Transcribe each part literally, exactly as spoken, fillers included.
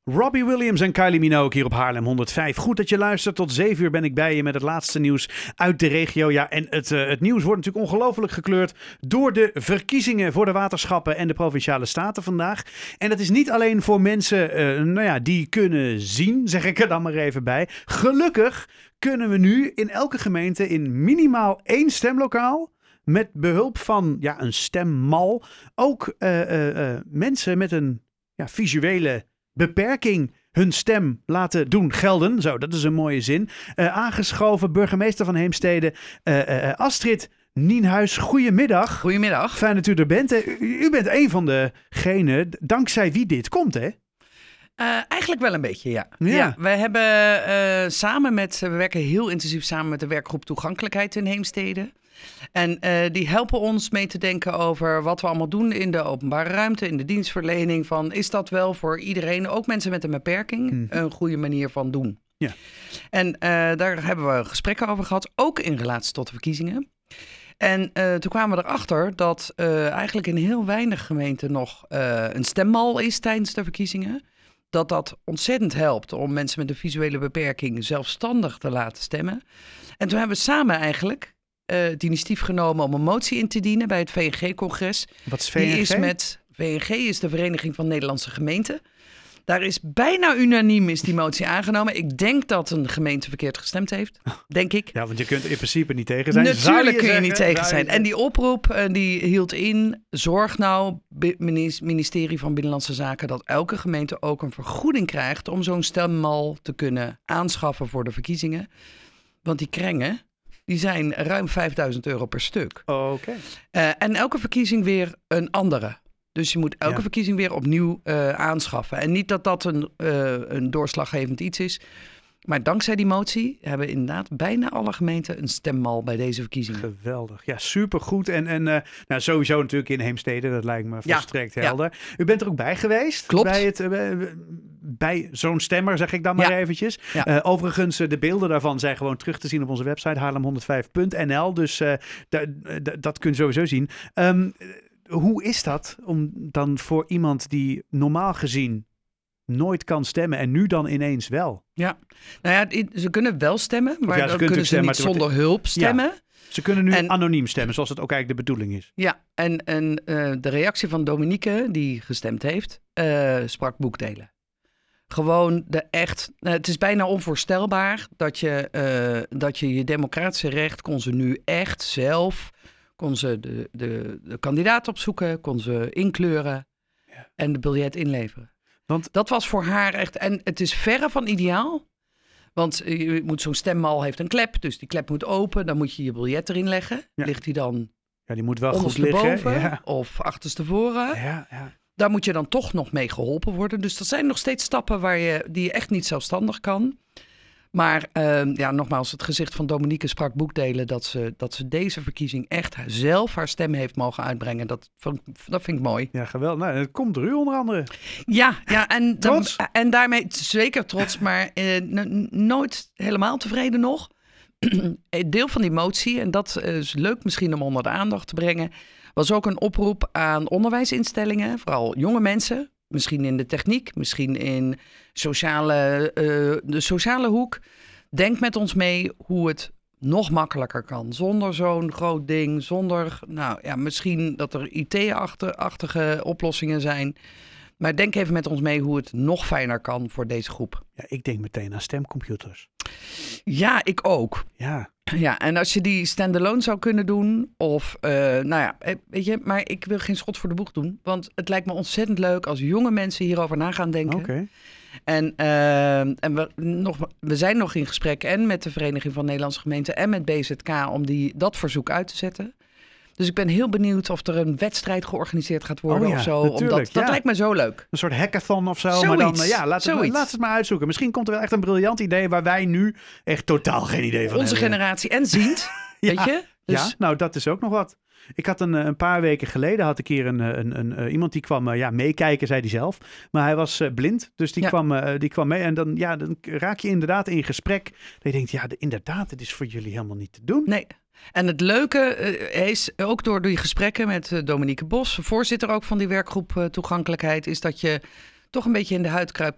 Robbie Williams en Kylie Minogue hier op Haarlem honderdvijf. Goed dat je luistert. Tot zeven uur ben ik bij je met het laatste nieuws uit de regio. Ja, en het, uh, het nieuws wordt natuurlijk ongelooflijk gekleurd door de verkiezingen voor de waterschappen en de Provinciale Staten vandaag. En dat is niet alleen voor mensen uh, nou ja, die kunnen zien, zeg ik er dan maar even bij. Gelukkig kunnen we nu in elke gemeente in minimaal één stemlokaal met behulp van ja, een stemmal ook uh, uh, uh, mensen met een ja, visuele beperking hun stem laten doen gelden. Zo, dat is een mooie zin. Uh, aangeschoven burgemeester van Heemstede, uh, uh, Astrid Nienhuis. Goedemiddag. Goedemiddag. Fijn dat u er bent. U, u bent een van degenen dankzij wie dit komt, hè? Uh, eigenlijk wel een beetje, ja. Ja. ja we hebben uh, samen met, we werken heel intensief samen met de werkgroep Toegankelijkheid in Heemstede. En uh, die helpen ons mee te denken over wat we allemaal doen in de openbare ruimte, in de dienstverlening. Van, is dat wel voor iedereen, ook mensen met een beperking, hmm. een goede manier van doen? Ja. En uh, daar hebben we gesprekken over gehad, ook in relatie tot de verkiezingen. En uh, toen kwamen we erachter dat uh, eigenlijk in heel weinig gemeenten nog uh, een stemmal is tijdens de verkiezingen. Dat dat ontzettend helpt om mensen met een visuele beperking zelfstandig te laten stemmen. En toen hebben we samen eigenlijk uh, het initiatief genomen om een motie in te dienen bij het V N G-congres. Wat is V N G? Die is met, V N G is de Vereniging van Nederlandse Gemeenten. Daar is bijna unaniem is die motie aangenomen. Ik denk dat een gemeente verkeerd gestemd heeft. Denk ik. Ja, want je kunt in principe niet tegen zijn. Natuurlijk je kun je zeggen, niet tegen zijn. En die oproep uh, die hield in, zorg nou, ministerie van Binnenlandse Zaken, dat elke gemeente ook een vergoeding krijgt om zo'n stemmal te kunnen aanschaffen voor de verkiezingen. Want die krengen, die zijn ruim vijfduizend euro per stuk. Oh, oké. Uh, en elke verkiezing weer een andere. Dus je moet elke ja. verkiezing weer opnieuw uh, aanschaffen. En niet dat dat een, uh, een doorslaggevend iets is. Maar dankzij die motie hebben inderdaad bijna alle gemeenten een stemmal bij deze verkiezingen. Geweldig. Ja, supergoed. En, en uh, nou, sowieso natuurlijk in Heemstede, dat lijkt me volstrekt ja. helder. Ja. U bent er ook bij geweest? Klopt. Bij, het, uh, bij zo'n stemmer, zeg ik dan maar ja. eventjes. Ja. Uh, overigens, de beelden daarvan zijn gewoon terug te zien op onze website haarlem honderdvijf punt n l. Dus uh, d- d- dat kun je sowieso zien. Um, Hoe is dat om dan voor iemand die normaal gezien nooit kan stemmen en nu dan ineens wel? Ja, nou ja, ze kunnen wel stemmen, maar ja, dan kunnen ze stemmen, niet zonder wordt... hulp stemmen. Ja, ze kunnen nu en, anoniem stemmen, zoals het ook eigenlijk de bedoeling is. Ja, en, en uh, de reactie van Dominique, die gestemd heeft, uh, sprak boekdelen. Gewoon de echt, uh, het is bijna onvoorstelbaar dat je, uh, dat je je democratische recht kon ze nu echt zelf... Kon ze de, de, de kandidaat opzoeken, kon ze inkleuren ja. en de biljet inleveren. Want dat was voor haar echt... En het is verre van ideaal. Want je moet zo'n stemmal heeft een klep, dus die klep moet open. Dan moet je je biljet erin leggen. Ja. Ligt die dan ja, die moet wel goed liggen. Ja. Of achterstevoren. Ja, ja. Daar moet je dan toch nog mee geholpen worden. Dus dat zijn nog steeds stappen waar je, die je echt niet zelfstandig kan. Maar uh, ja, nogmaals, het gezicht van Dominique sprak boekdelen dat ze, dat ze deze verkiezing echt zelf haar stem heeft mogen uitbrengen. Dat, dat vind ik mooi. Ja, geweldig. Nou, dat komt door u onder andere. Ja, ja en, trots? Dan, en daarmee zeker trots, maar uh, n- nooit helemaal tevreden nog. Deel van die motie, en dat is leuk misschien om onder de aandacht te brengen, was ook een oproep aan onderwijsinstellingen, vooral jonge mensen. Misschien in de techniek, misschien in sociale, uh, de sociale hoek. Denk met ons mee hoe het nog makkelijker kan. Zonder zo'n groot ding, zonder... Nou ja, misschien dat er I T-achtige oplossingen zijn. Maar denk even met ons mee hoe het nog fijner kan voor deze groep. Ja, ik denk meteen aan stemcomputers. Ja, ik ook. Ja. Ja, en als je die standalone zou kunnen doen, of, uh, nou ja, weet je, maar ik wil geen schot voor de boeg doen, want het lijkt me ontzettend leuk als jonge mensen hierover na gaan denken. Oké. Okay. En, uh, en we, nog, we zijn nog in gesprek en met de Vereniging van Nederlandse Gemeenten en met B Z K om die, dat verzoek uit te zetten. Dus ik ben heel benieuwd of er een wedstrijd georganiseerd gaat worden oh ja, of zo. Omdat, dat ja. lijkt me zo leuk. Een soort hackathon of zo. Zoiets, maar dan, uh, ja, laat het, zoiets. laat het maar uitzoeken. Misschien komt er wel echt een briljant idee waar wij nu echt totaal geen idee van Onze hebben. generatie en ziend, ja, weet je? Dus... Ja, nou dat is ook nog wat. Ik had een, een paar weken geleden had ik hier een, een, een, een iemand die kwam uh, ja, meekijken, zei hij zelf. Maar hij was uh, blind, dus die, ja. kwam, uh, die kwam mee. En dan, ja, dan raak je inderdaad in gesprek. Dat je denkt, ja, de, inderdaad, het is voor jullie helemaal niet te doen. Nee. En het leuke uh, is, ook door die gesprekken met uh, Dominique Bos, voorzitter ook van die werkgroep uh, Toegankelijkheid, is dat je toch een beetje in de huid kruipt van.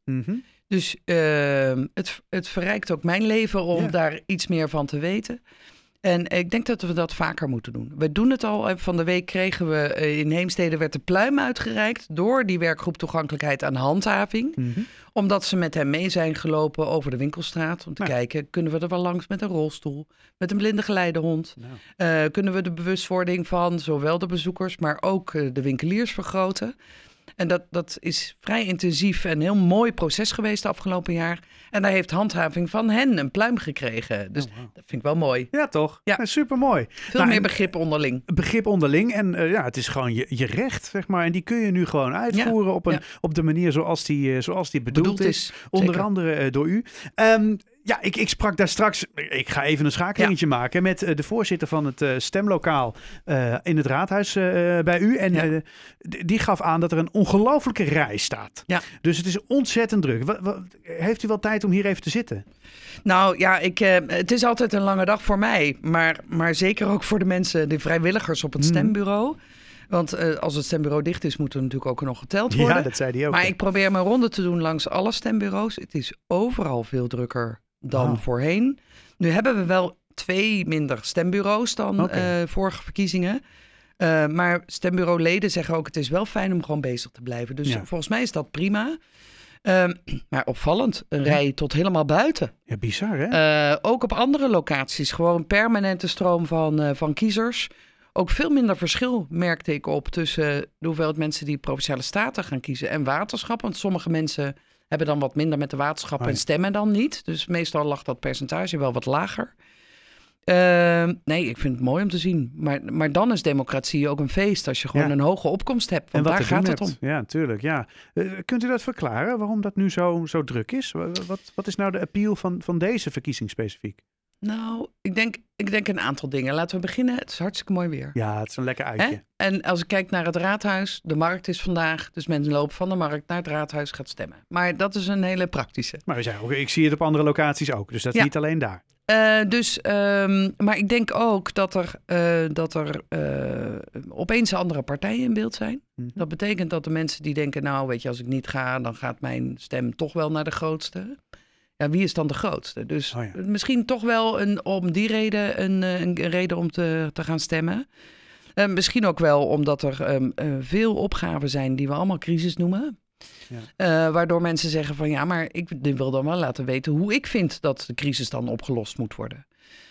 Mm-hmm. Dus uh, het, het verrijkt ook mijn leven om ja. daar iets meer van te weten. En ik denk dat we dat vaker moeten doen. We doen het al. Van de week kregen we uh, in Heemstede werd de pluim uitgereikt door die werkgroep toegankelijkheid aan handhaving. Mm-hmm. Omdat ze met hem mee zijn gelopen over de winkelstraat. Om te ja. kijken, kunnen we er wel langs met een rolstoel, met een blinde geleidehond? Nou. Uh, kunnen we de bewustwording van zowel de bezoekers, maar ook uh, de winkeliers vergroten? En dat, dat is vrij intensief en een heel mooi proces geweest de afgelopen jaar. En daar heeft handhaving van hen een pluim gekregen. Dus oh, wow. dat vind ik wel mooi. Ja, toch? Ja. Ja, supermooi. Veel nou, meer begrip onderling. Begrip onderling. En uh, ja, het is gewoon je, je recht, zeg maar. En die kun je nu gewoon uitvoeren ja. op, een, ja. op de manier zoals die, uh, zoals die bedoeld, bedoeld is. is. Onder Zeker. andere uh, door u. Um, Ja, ik, ik sprak daar straks, ik ga even een schakelingetje ja. maken met uh, de voorzitter van het uh, stemlokaal uh, in het raadhuis uh, bij u. En ja. uh, d- die gaf aan dat er een ongelofelijke rij staat. Ja. Dus het is ontzettend druk. Wat, wat, heeft u wel tijd om hier even te zitten? Nou ja, ik, uh, het is altijd een lange dag voor mij. Maar, maar zeker ook voor de mensen, de vrijwilligers op het hmm. stembureau. Want uh, als het stembureau dicht is, moet er natuurlijk ook nog geteld worden. Ja, dat zei hij ook. Maar ik probeer mijn ronde te doen langs alle stembureaus. Het is overal veel drukker dan wow. voorheen. Nu hebben we wel twee minder stembureaus dan okay. uh, vorige verkiezingen. Uh, maar stembureauleden zeggen ook, het is wel fijn om gewoon bezig te blijven. Dus ja. volgens mij is dat prima. Uh, maar opvallend, een rij tot helemaal buiten. Ja, bizar hè? Uh, ook op andere locaties, gewoon permanente stroom van, uh, van kiezers. Ook veel minder verschil merkte ik op tussen de hoeveelheid mensen die Provinciale Staten gaan kiezen en waterschap. Want sommige mensen hebben dan wat minder met de waterschap oh ja. en stemmen dan niet. Dus meestal lag dat percentage wel wat lager. Uh, nee, ik vind het mooi om te zien. Maar, maar dan is democratie ook een feest als je gewoon ja. een hoge opkomst hebt. Want daar gaat het hebt. om. Ja, natuurlijk. Ja. Uh, kunt u dat verklaren, waarom dat nu zo, zo druk is? Wat, wat is nou de appeal van, van deze verkiezing specifiek? Nou, ik denk, ik denk een aantal dingen. Laten we beginnen. Het is hartstikke mooi weer. Ja, het is een lekker uitje. Hè? En als ik kijk naar het raadhuis, de markt is vandaag. Dus mensen lopen van de markt naar het raadhuis gaat stemmen. Maar dat is een hele praktische. Maar we zijn ook, ik zie het op andere locaties ook. Dus dat is ja. niet alleen daar. Uh, dus, um, maar ik denk ook dat er, uh, dat er uh, opeens andere partijen in beeld zijn. Mm-hmm. Dat betekent dat de mensen die denken, nou weet je, als ik niet ga, dan gaat mijn stem toch wel naar de grootste. Ja, wie is dan de grootste? Dus oh ja. misschien toch wel een, om die reden een, een, een reden om te, te gaan stemmen. Uh, misschien ook wel omdat er um, uh, veel opgaven zijn die we allemaal crisis noemen. Ja. Uh, waardoor mensen zeggen van ja, maar ik wil dan wel laten weten hoe ik vind dat de crisis dan opgelost moet worden.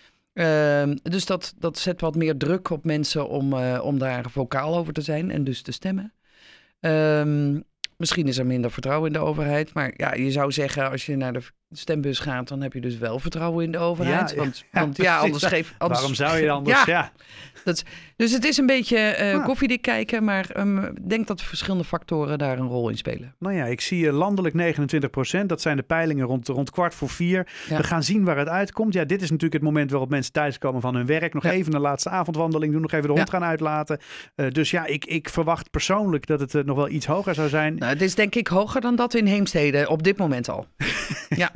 Uh, dus dat, dat zet wat meer druk op mensen om, uh, om daar vocaal over te zijn en dus te stemmen. Um, misschien is er minder vertrouwen in de overheid. Maar ja, je zou zeggen als je naar de stembus gaat, dan heb je dus wel vertrouwen in de overheid. Ja, want ja, want, ja anders geef... Anders, waarom zou je anders? Ja. ja. Dat, dus het is een beetje uh, ah. koffiedik kijken, maar um, ik denk dat verschillende factoren daar een rol in spelen. Nou ja, ik zie uh, landelijk negenentwintig procent. Dat zijn de peilingen rond, rond kwart voor vier. Ja. We gaan zien waar het uitkomt. Ja, dit is natuurlijk het moment waarop mensen thuiskomen van hun werk. Nog ja. even een laatste avondwandeling doen, nog even de hond ja. gaan uitlaten. Uh, dus ja, ik, ik verwacht persoonlijk dat het uh, nog wel iets hoger zou zijn. Nou, het is denk ik hoger dan dat in Heemstede, op dit moment al. Ja.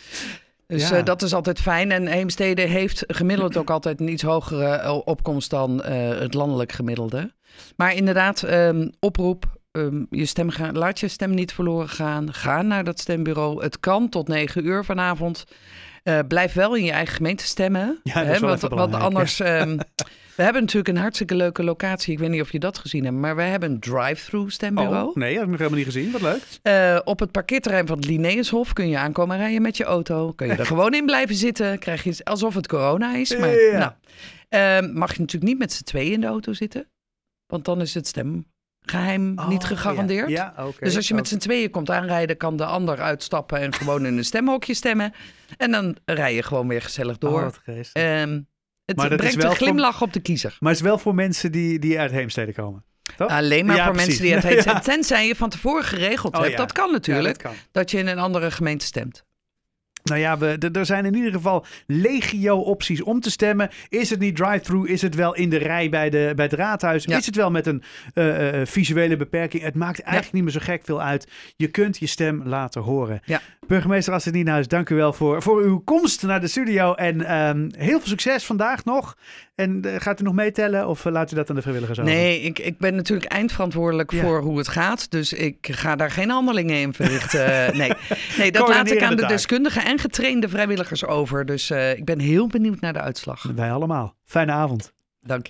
Dus ja. uh, dat is altijd fijn. En Heemstede heeft gemiddeld ook altijd een iets hogere uh, opkomst dan uh, het landelijk gemiddelde. Maar inderdaad, um, oproep, um, je stem ga, laat je stem niet verloren gaan. Ga naar dat stembureau. Het kan tot negen uur vanavond. Uh, blijf wel in je eigen gemeente stemmen. Ja, dat is wel want, want anders... Um, we hebben natuurlijk een hartstikke leuke locatie. Ik weet niet of je dat gezien hebt, maar we hebben een drive-thru stembureau. Oh, nee, dat heb ik nog helemaal niet gezien. Wat leuk. Uh, op het parkeerterrein van het Linnaeushof kun je aankomen rijden met je auto. Kun je er gewoon in blijven zitten. Krijg je alsof het corona is. Maar ja. nou, uh, mag je natuurlijk niet met z'n tweeën in de auto zitten. Want dan is het stemgeheim oh, niet gegarandeerd. Ja. Ja, okay, dus als je met z'n tweeën komt aanrijden, kan de ander uitstappen en gewoon in een stemhokje stemmen. En dan rij je gewoon weer gezellig door. Oh, wat geestig. Um, Het maar brengt een glimlach voor... op de kiezer. Maar het is wel voor mensen die, die uit Heemstede komen, toch? Alleen maar ja, voor precies. mensen die uit Heemstede... Ja. Tenzij je van tevoren geregeld oh, hebt. Ja. Dat kan natuurlijk. Ja, dat, kan. dat je in een andere gemeente stemt. Nou ja, we, d- er zijn in ieder geval legio opties om te stemmen. Is het niet drive-thru? Is het wel in de rij bij, de, bij het raadhuis? Ja. Is het wel met een uh, uh, visuele beperking? Het maakt eigenlijk ja. niet meer zo gek veel uit. Je kunt je stem laten horen. Ja. Burgemeester Astrid Nienhuis, dank u wel voor, voor uw komst naar de studio. En um, heel veel succes vandaag nog. En uh, gaat u nog meetellen of uh, laat u dat aan de vrijwilligers over? Nee, ik, ik ben natuurlijk eindverantwoordelijk ja. voor hoe het gaat. Dus ik ga daar geen handelingen in verrichten. nee. nee, dat laat ik aan de deskundigen en getrainde vrijwilligers over. Dus uh, ik ben heel benieuwd naar de uitslag. Wij allemaal. Fijne avond. Dank je.